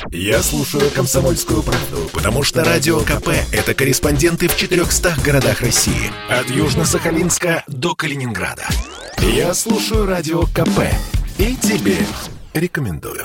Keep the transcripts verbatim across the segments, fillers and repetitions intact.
Я слушаю «Комсомольскую правду», потому что Радио КП – это корреспонденты в четырехстах городах России. От Южно-Сахалинска до Калининграда. Я слушаю Радио КП и тебе рекомендую.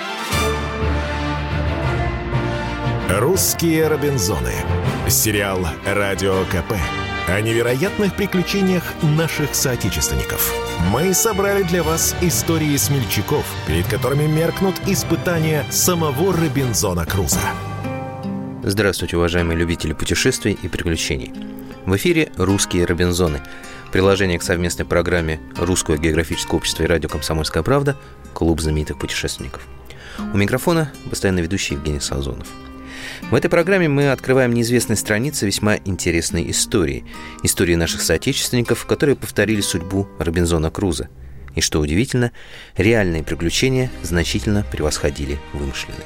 «Русские Робинзоны». Сериал «Радио КП» о невероятных приключениях наших соотечественников. Мы собрали для вас истории смельчаков, перед которыми меркнут испытания самого Робинзона Крузо. Здравствуйте, уважаемые любители путешествий и приключений. В эфире «Русские Робинзоны». Приложение к совместной программе Русского географического общества и радио «Комсомольская правда» «Клуб знаменитых путешественников». У микрофона постоянно ведущий Евгений Сазонов. В этой программе мы открываем неизвестные страницы весьма интересной истории. Истории наших соотечественников, которые повторили судьбу Робинзона Крузо. И, что удивительно, реальные приключения значительно превосходили вымышленные.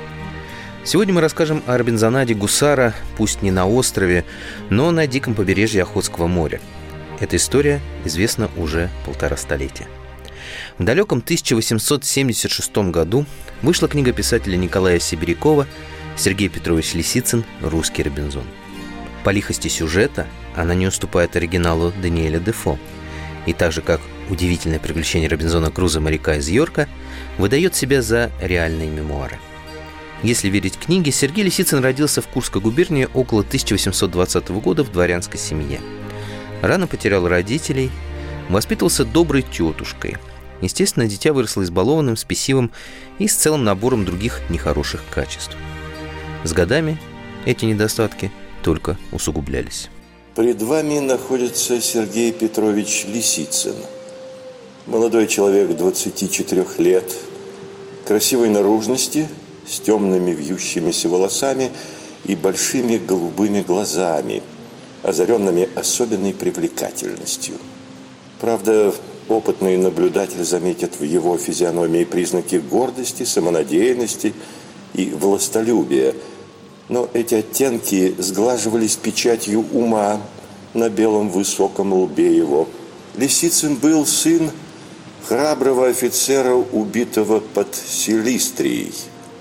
Сегодня мы расскажем о Робинзонаде Гусара, пусть не на острове, но на диком побережье Охотского моря. Эта история известна уже полтора столетия. В далеком тысяча восемьсот семьдесят шестом году вышла книга писателя Николая Сибирякова «Сергей Петрович Лисицын. Русский Робинзон». По лихости сюжета она не уступает оригиналу Даниэля Дефо. И так же, как «Удивительное приключение Робинзона Крузо, моряка из Йорка», выдает себя за реальные мемуары. Если верить книге, Сергей Лисицын родился в Курской губернии около тысяча восемьсот двадцатого года в дворянской семье. Рано потерял родителей, воспитывался доброй тетушкой. Естественно, дитя выросло избалованным, спесивым и с целым набором других нехороших качеств. С годами эти недостатки только усугублялись. Пред вами находится Сергей Петрович Лисицын. Молодой человек двадцати четырёх лет, красивой наружности, с темными вьющимися волосами и большими голубыми глазами, озаренными особенной привлекательностью. Правда, опытный наблюдатель заметит в его физиономии признаки гордости, самонадеянности и властолюбия, но эти оттенки сглаживались печатью ума на белом высоком лбе его. Лисицын был сын храброго офицера, убитого под Силистрией.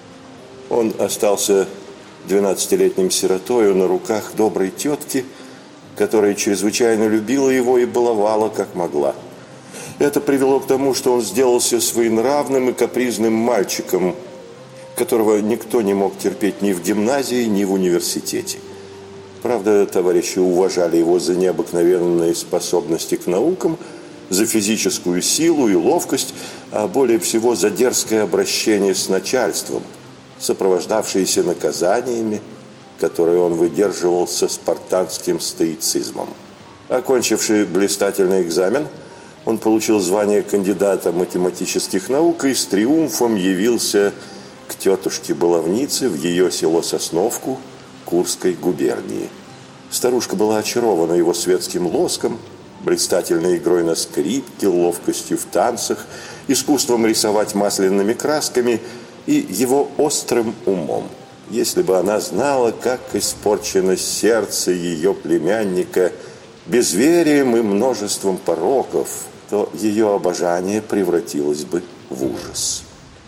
Он остался двенадцатилетним сиротою на руках доброй тетки, которая чрезвычайно любила его и баловала как могла. Это привело к тому, что он сделался своенравным и капризным мальчиком, которого никто не мог терпеть ни в гимназии, ни в университете. Правда, товарищи уважали его за необыкновенные способности к наукам, за физическую силу и ловкость, а более всего за дерзкое обращение с начальством, сопровождавшееся наказаниями, которые он выдерживал со спартанским стоицизмом. Окончивший блистательный экзамен, он получил звание кандидата математических наук и с триумфом явился к тетушке-баловнице в ее село Сосновку Курской губернии. Старушка была очарована его светским лоском, блистательной игрой на скрипке, ловкостью в танцах, искусством рисовать масляными красками и его острым умом. Если бы она знала, как испорчено сердце ее племянника безверием и множеством пороков, то ее обожание превратилось бы в ужас.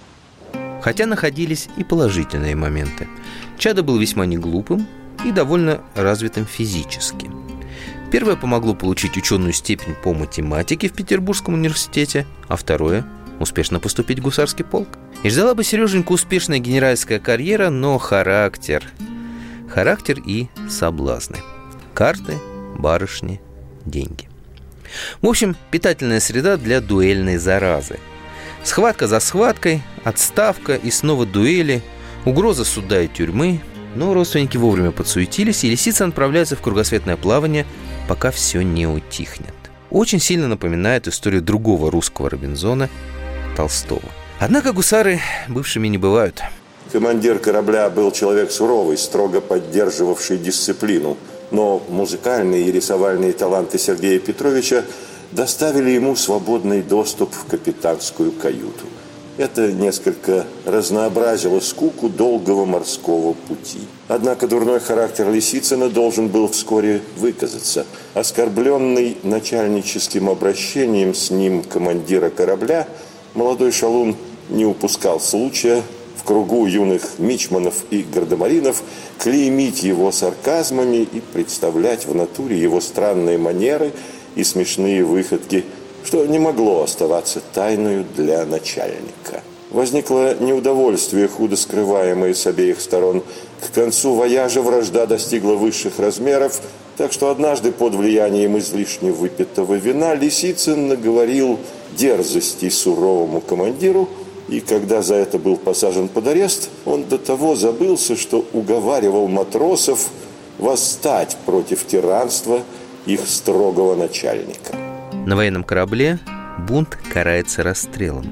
Хотя находились и положительные моменты. Чадо был весьма неглупым и довольно развитым физически. Первое помогло получить ученую степень по математике в Петербургском университете, а второе – успешно поступить в гусарский полк. И ждала бы Сереженьку успешная генеральская карьера, но характер. Характер и соблазны. Карты, барышни, деньги. В общем, питательная среда для дуэльной заразы. Схватка за схваткой, отставка и снова дуэли, угроза суда и тюрьмы. Но родственники вовремя подсуетились, и Лисицын отправляется в кругосветное плавание, пока все не утихнет. Очень сильно напоминает историю другого русского Робинзона Толстого. Однако гусары бывшими не бывают. Командир корабля был человек суровый, строго поддерживавший дисциплину. Но музыкальные и рисовальные таланты Сергея Петровича доставили ему свободный доступ в капитанскую каюту. Это несколько разнообразило скуку долгого морского пути. Однако дурной характер Лисицына должен был вскоре выказаться. Оскорбленный начальническим обращением с ним командира корабля, молодой шалун не упускал случая в кругу юных мичманов и гардемаринов клеймить его сарказмами и представлять в натуре его странные манеры и смешные выходки, что не могло оставаться тайною для начальника. Возникло неудовольствие, худо скрываемое с обеих сторон. К концу вояжа вражда достигла высших размеров, так что однажды под влиянием излишне выпитого вина Лисицын наговорил дерзости суровому командиру, и когда за это был посажен под арест, он до того забылся, что уговаривал матросов восстать против тиранства их строгого начальника. На военном корабле бунт карается расстрелом.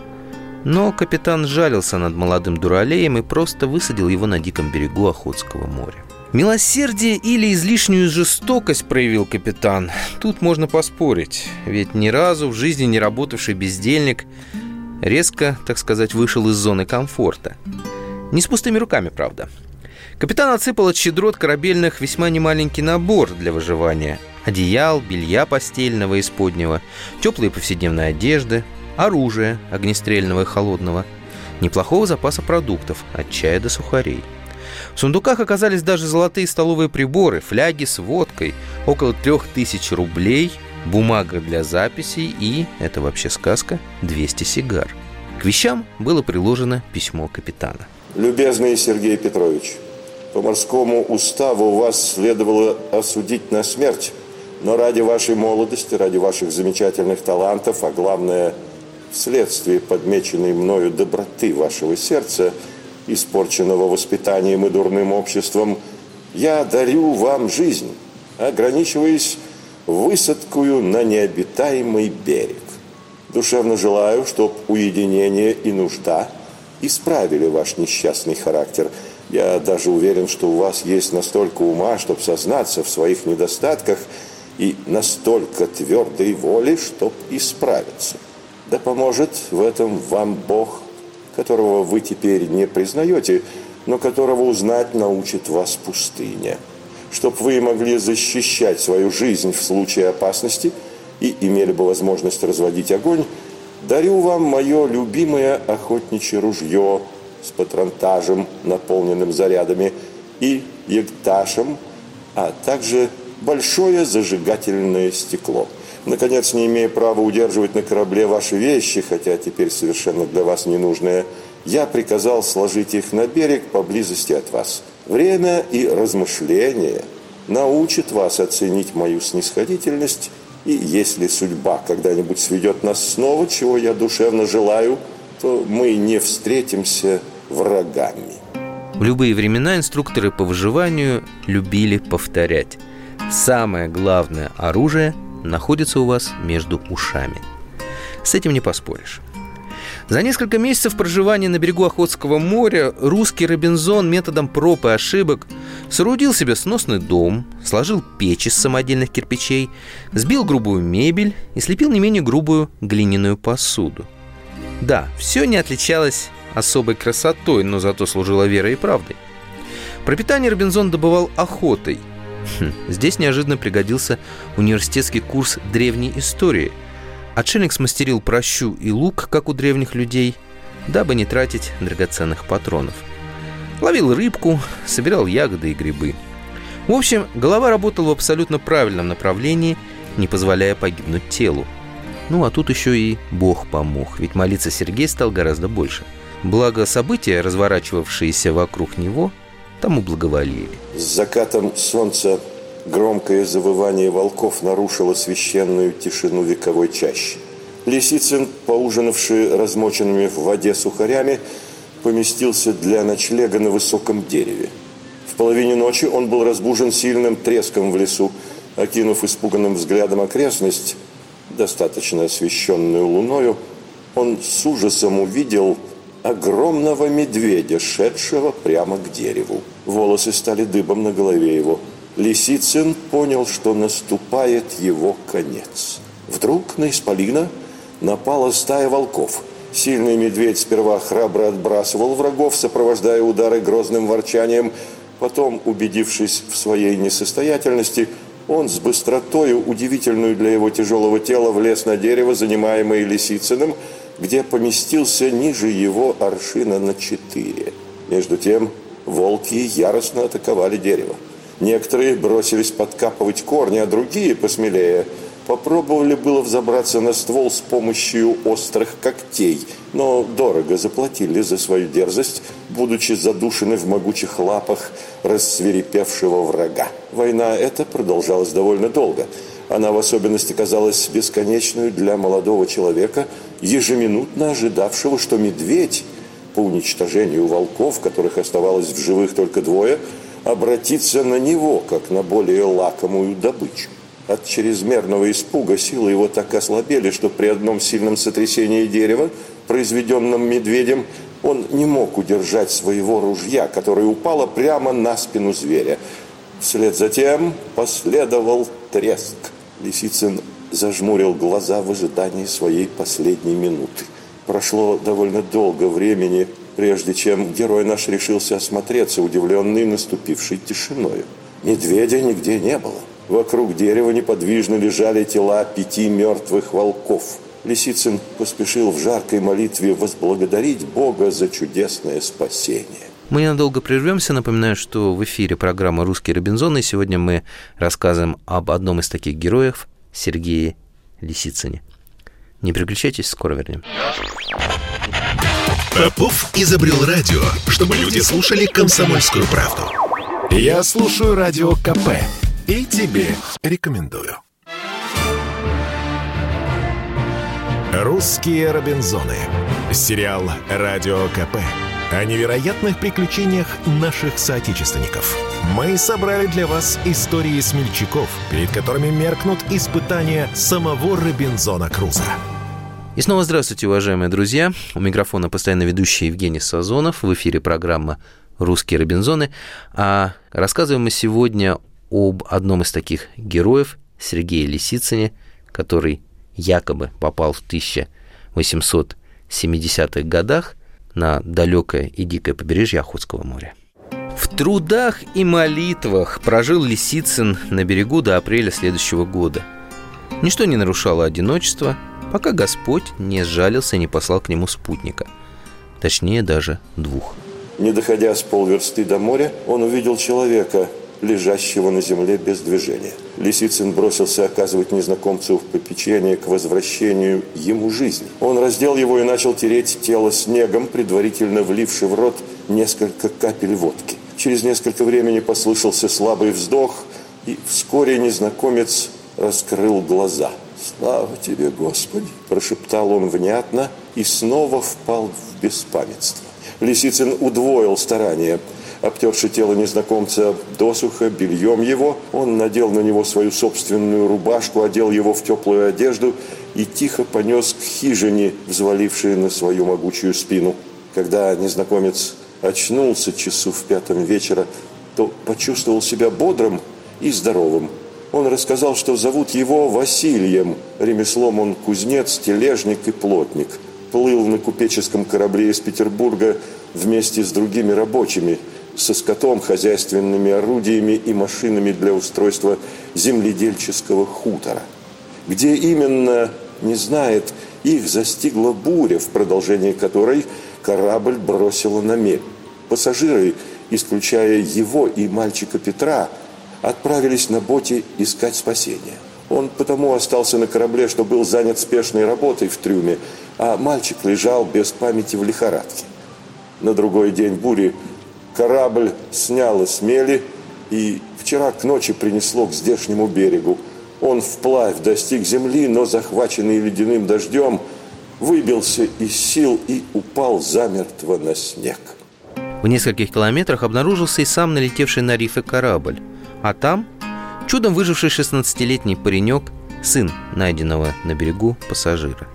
Но капитан жалился над молодым дуралеем и просто высадил его на диком берегу Охотского моря. Милосердие или излишнюю жестокость проявил капитан? Тут можно поспорить, ведь ни разу в жизни не работавший бездельник резко, так сказать, вышел из зоны комфорта. Не с пустыми руками, правда. Капитан отсыпал от щедрот корабельных весьма немаленький набор для выживания: одеял, белья постельного и исподнего, теплые повседневные одежды, оружия огнестрельного и холодного, неплохого запаса продуктов от чая до сухарей. В сундуках оказались даже золотые столовые приборы, фляги с водкой, около трех тысяч рублей, бумага для записей и, это вообще сказка, двести сигар. К вещам было приложено письмо капитана. Любезный Сергей Петрович, по морскому уставу вас следовало осудить на смерть, но ради вашей молодости, ради ваших замечательных талантов, а главное, вследствие подмеченной мною доброты вашего сердца, испорченного воспитанием и дурным обществом, я дарю вам жизнь, ограничиваясь высадкою на необитаемый берег. Душевно желаю, чтоб уединение и нужда исправили ваш несчастный характер. Я даже уверен, что у вас есть настолько ума, чтобы сознаться в своих недостатках, и настолько твердой воли, чтоб исправиться. Да поможет в этом вам Бог, которого вы теперь не признаете, но которого узнать научит вас пустыня. Чтоб вы могли защищать свою жизнь в случае опасности и имели бы возможность разводить огонь, дарю вам мое любимое охотничье ружье с патронтажем, наполненным зарядами, и ягташем, а также большое зажигательное стекло. Наконец, не имея права удерживать на корабле ваши вещи, хотя теперь совершенно для вас ненужные, я приказал сложить их на берег поблизости от вас. Время и размышление научат вас оценить мою снисходительность, и если судьба когда-нибудь сведет нас снова, чего я душевно желаю, то мы не встретимся врагами. В любые времена инструкторы по выживанию любили повторять: самое главное оружие находится у вас между ушами. С этим не поспоришь. За несколько месяцев проживания на берегу Охотского моря русский Робинзон методом проб и ошибок соорудил себе сносный дом, сложил печь из самодельных кирпичей, сбил грубую мебель и слепил не менее грубую глиняную посуду. Да, все не отличалось особой красотой, но зато служило верой и правдой. Пропитание Робинзон добывал охотой. Хм, здесь неожиданно пригодился университетский курс древней истории. Отшельник смастерил пращу и лук, как у древних людей, дабы не тратить драгоценных патронов. Ловил рыбку, собирал ягоды и грибы. В общем, голова работала в абсолютно правильном направлении, не позволяя погибнуть телу. Ну, а тут еще и Бог помог, ведь молиться Сергей стал гораздо больше. Благо, события, разворачивавшиеся вокруг него, тому благоволили. С закатом солнца громкое завывание волков нарушило священную тишину вековой чащи. Лисицын, поужинавший размоченными в воде сухарями, поместился для ночлега на высоком дереве. В половине ночи он был разбужен сильным треском в лесу. Окинув испуганным взглядом окрестность, достаточно освещенную луною, он с ужасом увидел огромного медведя, шедшего прямо к дереву. Волосы стали дыбом на голове его. Лисицын понял, что наступает его конец. Вдруг на исполина напала стая волков. Сильный медведь сперва храбро отбрасывал врагов, сопровождая удары грозным ворчанием. Потом, убедившись в своей несостоятельности, он с быстротою, удивительную для его тяжелого тела, влез на дерево, занимаемое Лисицыным, где поместился ниже его аршина на четыре. Между тем волки яростно атаковали дерево. Некоторые бросились подкапывать корни, а другие, посмелее, попробовали было взобраться на ствол с помощью острых когтей, но дорого заплатили за свою дерзость, будучи задушены в могучих лапах рассвирепевшего врага. Война эта продолжалась довольно долго. Она в особенности казалась бесконечной для молодого человека, ежеминутно ожидавшего, что медведь, по уничтожению волков, которых оставалось в живых только двое, обратится на него, как на более лакомую добычу. От чрезмерного испуга силы его так ослабели, что при одном сильном сотрясении дерева, произведенном медведем, он не мог удержать своего ружья, которое упало прямо на спину зверя. Вслед за тем последовал треск. Лисицын зажмурил глаза в ожидании своей последней минуты. Прошло довольно долго времени, прежде чем герой наш решился осмотреться, удивленный наступившей тишиною. Медведя нигде не было. Вокруг дерева неподвижно лежали тела пяти мертвых волков. Лисицын поспешил в жаркой молитве возблагодарить Бога за чудесное спасение. Мы ненадолго прервемся. Напоминаю, что в эфире программа «Русские Робинзоны». И сегодня мы рассказываем об одном из таких героев – Сергее Лисицыне. Не переключайтесь, скоро вернемся. Попов изобрел радио, чтобы люди слушали «Комсомольскую правду». Я слушаю радио КП и тебе рекомендую. «Русские Робинзоны». Сериал «Радио КП» о невероятных приключениях наших соотечественников. Мы собрали для вас истории смельчаков, перед которыми меркнут испытания самого Робинзона Крузо. И снова здравствуйте, уважаемые друзья. У микрофона постоянно ведущий Евгений Сазонов. В эфире программа «Русские Робинзоны». А рассказываем мы сегодня об одном из таких героев, Сергее Лисицыне, который якобы попал в тысяча восемьсот семидесятых годах на далекое и дикое побережье Охотского моря. В трудах и молитвах прожил Лисицын на берегу до апреля следующего года. Ничто не нарушало одиночество, пока Господь не сжалился и не послал к нему спутника. Точнее, даже двух. Не доходя с полверсты до моря, он увидел человека, лежащего на земле без движения. Лисицын бросился оказывать незнакомцу попечение к возвращению ему жизни. Он раздел его и начал тереть тело снегом, предварительно вливши в рот несколько капель водки. Через несколько времени послышался слабый вздох, и вскоре незнакомец раскрыл глаза. «Слава тебе, Господи!» – прошептал он внятно и снова впал в беспамятство. Лисицын удвоил старания. Обтерши тело незнакомца досуха бельем его, он надел на него свою собственную рубашку, одел его в теплую одежду и тихо понес к хижине, взвалившей на свою могучую спину. Когда незнакомец очнулся часу в пятом вечера, то почувствовал себя бодрым и здоровым. Он рассказал, что зовут его Василием. Ремеслом он кузнец, тележник и плотник. Плыл на купеческом корабле из Петербурга вместе с другими рабочими, со скотом, хозяйственными орудиями и машинами для устройства земледельческого хутора. Где именно, не знает, их застигла буря, в продолжении которой корабль бросило на мель. Пассажиры, исключая его и мальчика Петра, отправились на боте искать спасения. Он потому остался на корабле, что был занят спешной работой в трюме, а мальчик лежал без памяти в лихорадке. На другой день бури корабль сняло с мели и вчера к ночи принесло к здешнему берегу. Он вплавь достиг земли, но, захваченный ледяным дождем, выбился из сил и упал замертво на снег. В нескольких километрах обнаружился и сам налетевший на рифы корабль. А там чудом выживший шестнадцатилетний паренек, сын найденного на берегу пассажира.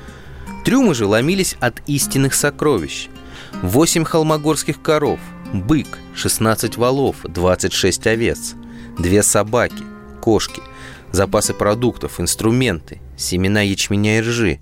Трюмы же ломились от истинных сокровищ. Восемь холмогорских коров, бык, шестнадцать волов, двадцать шесть овец, две собаки, кошки, запасы продуктов, инструменты, семена ячменя и ржи.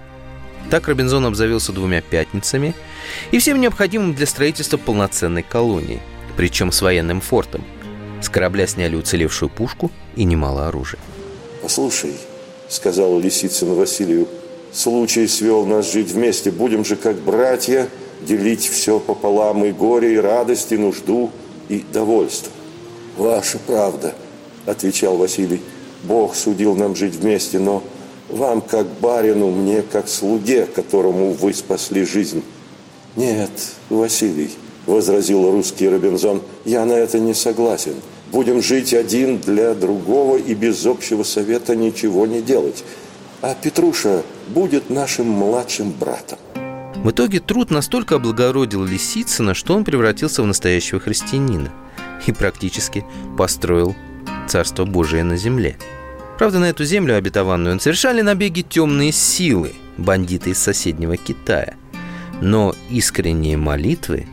Так Робинзон обзавелся двумя пятницами и всем необходимым для строительства полноценной колонии, причем с военным фортом. С корабля сняли уцелевшую пушку и немало оружия. «Послушай», — сказал Лисицын Василию, — случай свел нас жить вместе. Будем же, как братья, делить все пополам, и горе, и радость, и нужду, и довольство». «Ваша правда», — отвечал Василий. «Бог судил нам жить вместе, но вам, как барину, мне, как слуге, которому вы спасли жизнь». «Нет, Василий», — возразил русский Робинзон, — «я на это не согласен. Будем жить один для другого и без общего совета ничего не делать. А Петруша будет нашим младшим братом». В итоге труд настолько облагородил Лисицына, что он превратился в настоящего христианина и практически построил Царство Божие на земле. Правда, на эту землю обетованную совершали набеги темные силы, бандиты из соседнего Китая. Но искренние молитвы,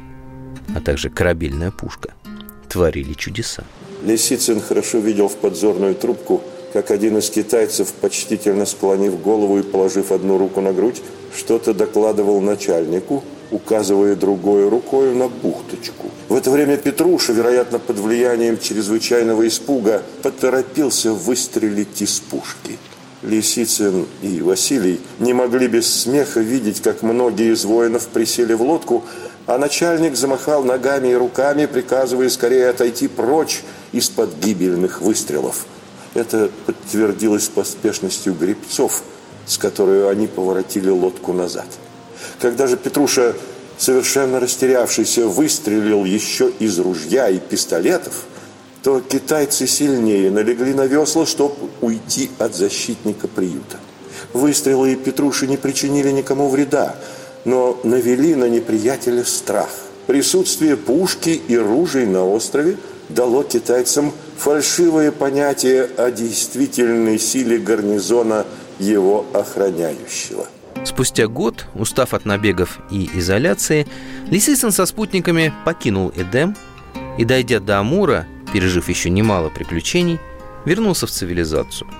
а также корабельная пушка, творили чудеса. Лисицын хорошо видел в подзорную трубку, как один из китайцев, почтительно склонив голову и положив одну руку на грудь, что-то докладывал начальнику, указывая другой рукой на бухточку. В это время Петруша, вероятно, под влиянием чрезвычайного испуга, поторопился выстрелить из пушки. Лисицын и Василий не могли без смеха видеть, как многие из воинов присели в лодку, а начальник замахал ногами и руками, приказывая скорее отойти прочь из-под гибельных выстрелов. Это подтвердилось поспешностью гребцов, с которой они поворотили лодку назад. Когда же Петруша, совершенно растерявшийся, выстрелил еще из ружья и пистолетов, то китайцы сильнее налегли на весла, чтобы уйти от защитника приюта. Выстрелы Петруши не причинили никому вреда, но навели на неприятеля страх. Присутствие пушки и ружей на острове дало китайцам фальшивое понятие о действительной силе гарнизона, его охраняющего. Спустя год, устав от набегов и изоляции, Лисицын со спутниками покинул Эдем и, дойдя до Амура, пережив еще немало приключений, вернулся в цивилизацию.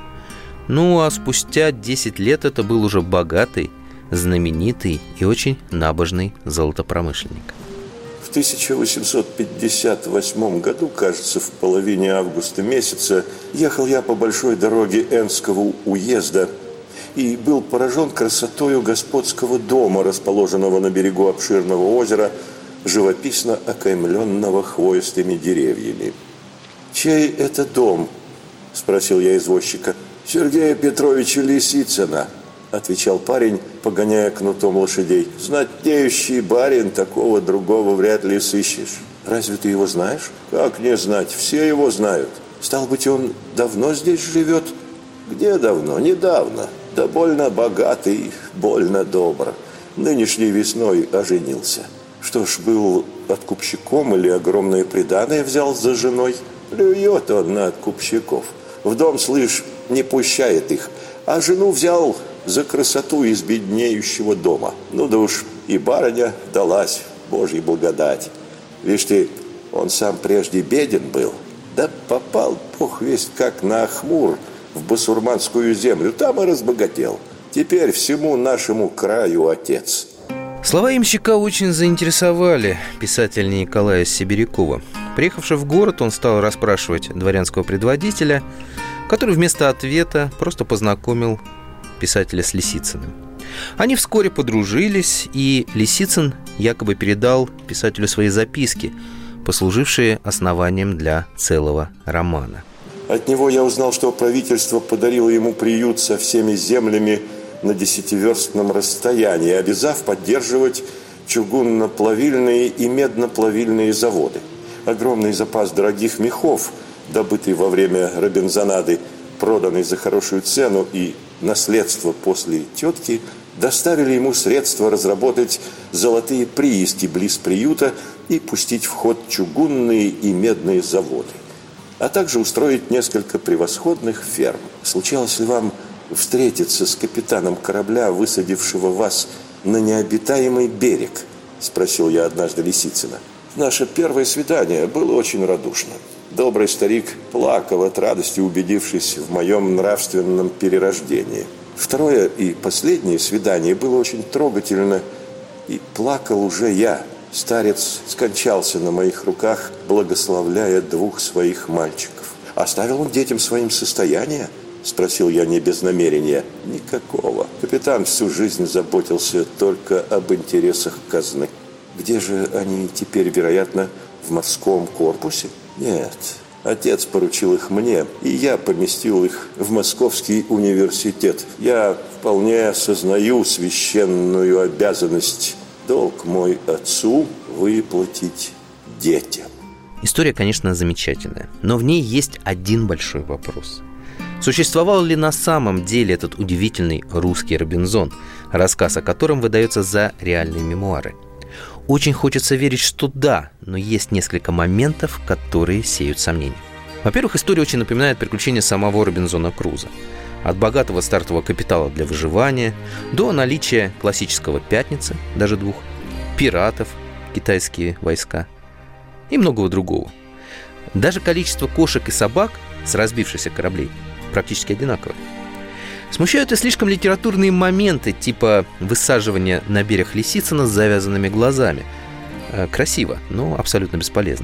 Ну а спустя десять лет это был уже богатый, знаменитый и очень набожный золотопромышленник. В тысяча восемьсот пятьдесят восьмом году, кажется, в половине августа месяца, ехал я по большой дороге Энского уезда и был поражен красотою господского дома, расположенного на берегу обширного озера, живописно окаймленного хвоистыми деревьями. «Чей это дом?» – спросил я извозчика. «Сергея Петровича Лисицына», – отвечал парень, погоняя кнутом лошадей. «Знатнеющий барин, такого другого вряд ли сыщешь». «Разве ты его знаешь?» «Как не знать, все его знают». «Стал быть, он давно здесь живет?» «Где давно? Недавно. Да больно богатый, больно добр. Нынешней весной оженился». «Что ж, был откупщиком или огромное приданое взял за женой?» «Плюет он на откупщиков. В дом, слышь, не пущает их. А жену взял за красоту из беднеющего дома. Ну да уж и барыня далась, Божьей благодать. Видишь ты, он сам прежде беден был, да попал, бог весть как, на Ахмур, в басурманскую землю, там и разбогател. Теперь всему нашему краю отец». Слова ямщика очень заинтересовали писателя Николая Сибирякова. Приехавший в город, он стал расспрашивать дворянского предводителя, который вместо ответа просто познакомил писателя с Лисицыным. Они вскоре подружились, и Лисицын якобы передал писателю свои записки, послужившие основанием для целого романа. От него я узнал, что правительство подарило ему приют со всеми землями на десятиверстном расстоянии, обязав поддерживать чугунно-плавильные и медно-плавильные заводы. Огромный запас дорогих мехов, добытый во время робинзонады, проданный за хорошую цену, и наследство после тетки, доставили ему средства разработать золотые прииски близ приюта и пустить в ход чугунные и медные заводы, а также устроить несколько превосходных ферм. Случалось ли вам встретиться с капитаном корабля, высадившего вас на необитаемый берег? Спросил я однажды Лисицына. Наше первое свидание было очень радушно. Добрый старик плакал от радости, убедившись в моем нравственном перерождении. Второе и последнее свидание было очень трогательно, и плакал уже я. Старец скончался на моих руках, благословляя двух своих мальчиков. Оставил он детям своим состояние, Спросил я не без намерения. Никакого. Капитан всю жизнь заботился только об интересах казны. Где же они теперь, вероятно, в морском корпусе? Нет. Отец поручил их мне, и я поместил их в Московский университет. Я вполне осознаю священную обязанность. Долг мой отцу выплатить детям. История, конечно, замечательная, но в ней есть один большой вопрос. Существовал ли на самом деле этот удивительный русский Робинзон, рассказ о котором выдается за реальные мемуары? Очень хочется верить, что да, но есть несколько моментов, которые сеют сомнения. Во-первых, история очень напоминает приключения самого Робинзона Круза. От богатого стартового капитала для выживания до наличия классического «Пятницы», даже двух, пиратов, китайские войска и многого другого. Даже количество кошек и собак с разбившихся кораблей практически одинаковое. Смущают и слишком литературные моменты, типа высаживания на берег Лисицына с завязанными глазами. Красиво, но абсолютно бесполезно.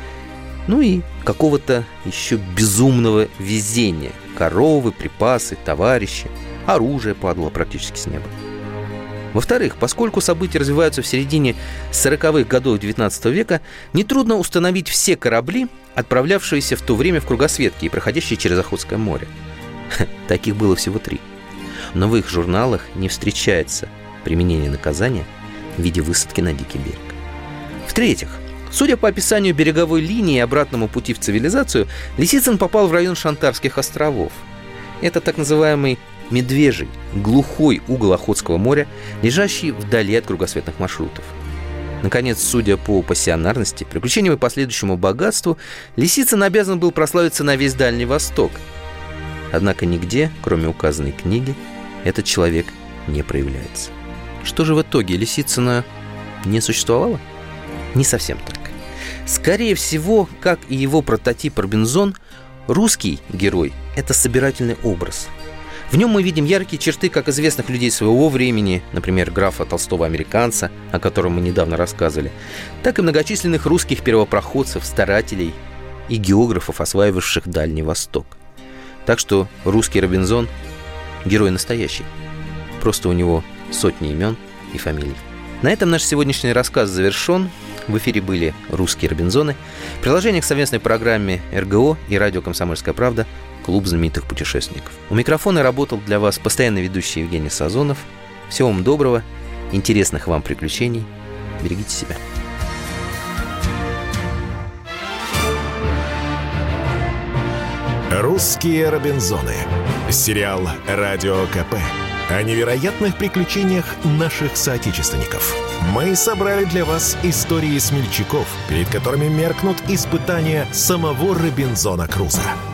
Ну и какого-то еще безумного везения. Коровы, припасы, товарищи, оружие падало практически с неба. Во-вторых, поскольку события развиваются в середине сороковых годов девятнадцатого века, нетрудно установить все корабли, отправлявшиеся в то время в кругосветке и проходящие через Охотское море. Таких было всего три. Но в их журналах не встречается применение наказания в виде высадки на дикий берег. В-третьих, судя по описанию береговой линии и обратному пути в цивилизацию, Лисицын попал в район Шантарских островов. Это так называемый медвежий, глухой угол Охотского моря, лежащий вдали от кругосветных маршрутов. Наконец, судя по пассионарности, приключениям и последующему богатству, Лисицын обязан был прославиться на весь Дальний Восток. Однако нигде, кроме указанной книги, этот человек не проявляется. Что же в итоге, Лисицына не существовало? Не совсем так. Скорее всего, как и его прототип Робинзон, русский герой – это собирательный образ. В нем мы видим яркие черты как известных людей своего времени, например, графа Толстого-американца, о котором мы недавно рассказывали, так и многочисленных русских первопроходцев, старателей и географов, осваивавших Дальний Восток. Так что русский Робинзон – герой настоящий. Просто у него сотни имен и фамилий. На этом наш сегодняшний рассказ завершен. В эфире были «Русские Робинзоны». Приложение к совместной программе эр гэ о и радио «Комсомольская правда» «Клуб знаменитых путешественников». У микрофона работал для вас постоянный ведущий Евгений Сазонов. Всего вам доброго, интересных вам приключений. Берегите себя. «Русские Робинзоны». Сериал «Радио ка пэ» о невероятных приключениях наших соотечественников. Мы собрали для вас истории смельчаков, перед которыми меркнут испытания самого Робинзона Круза.